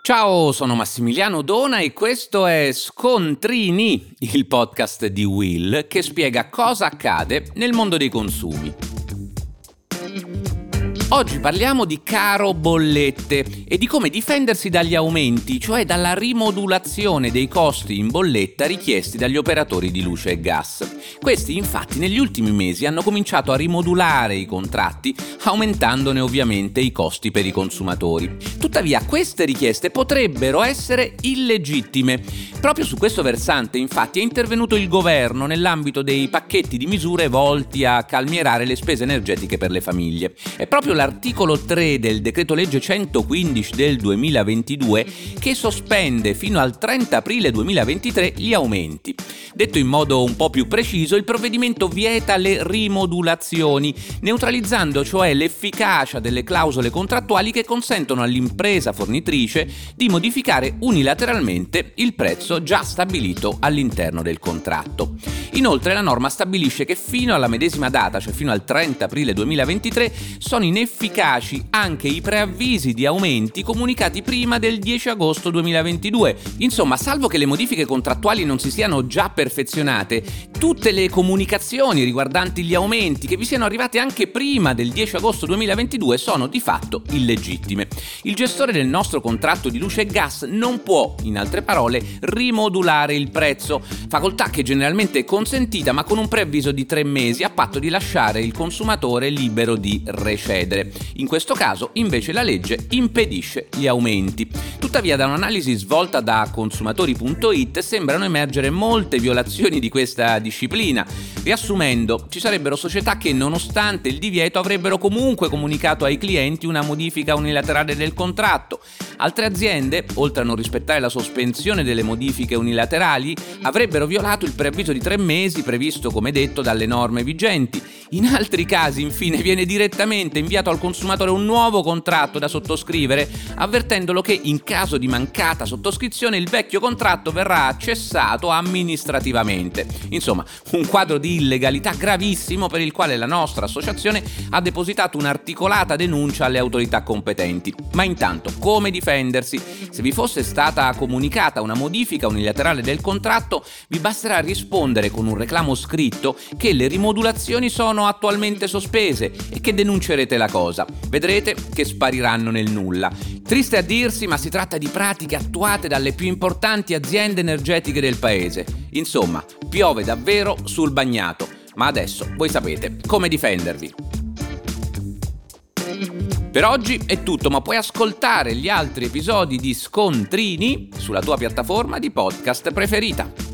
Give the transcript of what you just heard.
Ciao, sono Massimiliano Dona e questo è Scontrini, il podcast di Will che spiega cosa accade nel mondo dei consumi. Oggi parliamo di caro bollette e di come difendersi dagli aumenti, cioè dalla rimodulazione dei costi in bolletta richiesti dagli operatori di luce e gas. Questi infatti negli ultimi mesi hanno cominciato a rimodulare i contratti, aumentandone ovviamente i costi per i consumatori. Tuttavia queste richieste potrebbero essere illegittime. Proprio su questo versante infatti è intervenuto il governo nell'ambito dei pacchetti di misure volti a calmierare le spese energetiche per le famiglie. È proprio l'articolo 3 del decreto legge 115 del 2022 che sospende fino al 30 aprile 2023 gli aumenti. Detto in modo un po' più preciso, il provvedimento vieta le rimodulazioni, neutralizzando cioè l'efficacia delle clausole contrattuali che consentono all'impresa fornitrice di modificare unilateralmente il prezzo già stabilito all'interno del contratto. Inoltre la norma stabilisce che fino alla medesima data, cioè fino al 30 aprile 2023, sono inefficaci anche i preavvisi di aumenti comunicati prima del 10 agosto 2022. Insomma, salvo che le modifiche contrattuali non si siano già perfezionate, tutte le comunicazioni riguardanti gli aumenti che vi siano arrivate anche prima del 10 agosto 2022 sono di fatto illegittime. Il gestore del nostro contratto di luce e gas non può, in altre parole, rimodulare il prezzo, facoltà che generalmente è consentita ma con un preavviso di 3 mesi a patto di lasciare il consumatore libero di recedere. In questo caso invece la legge impedisce gli aumenti. Tuttavia da un'analisi svolta da consumatori.it sembrano emergere molte violazioni di questa disciplina. Riassumendo, ci sarebbero società che nonostante il divieto avrebbero comunque comunicato ai clienti una modifica unilaterale del contratto. Altre aziende, oltre a non rispettare la sospensione delle modifiche unilaterali, avrebbero violato il preavviso di 3 mesi previsto, come detto, dalle norme vigenti. In altri casi, infine, viene direttamente inviato al consumatore un nuovo contratto da sottoscrivere, avvertendolo che in caso di mancata sottoscrizione il vecchio contratto verrà cessato amministrativamente. Insomma, un quadro di illegalità gravissimo per il quale la nostra associazione ha depositato un'articolata denuncia alle autorità competenti. Ma intanto, come difendersi? Se vi fosse stata comunicata una modifica unilaterale del contratto, vi basterà rispondere con un reclamo scritto che le rimodulazioni sono attualmente sospese e che denuncerete la cosa. Vedrete che spariranno nel nulla. Triste a dirsi, ma si tratta di pratiche attuate dalle più importanti aziende energetiche del paese. Insomma, piove davvero sul bagnato. Ma adesso voi sapete come difendervi. Per oggi è tutto, ma puoi ascoltare gli altri episodi di Scontrini sulla tua piattaforma di podcast preferita.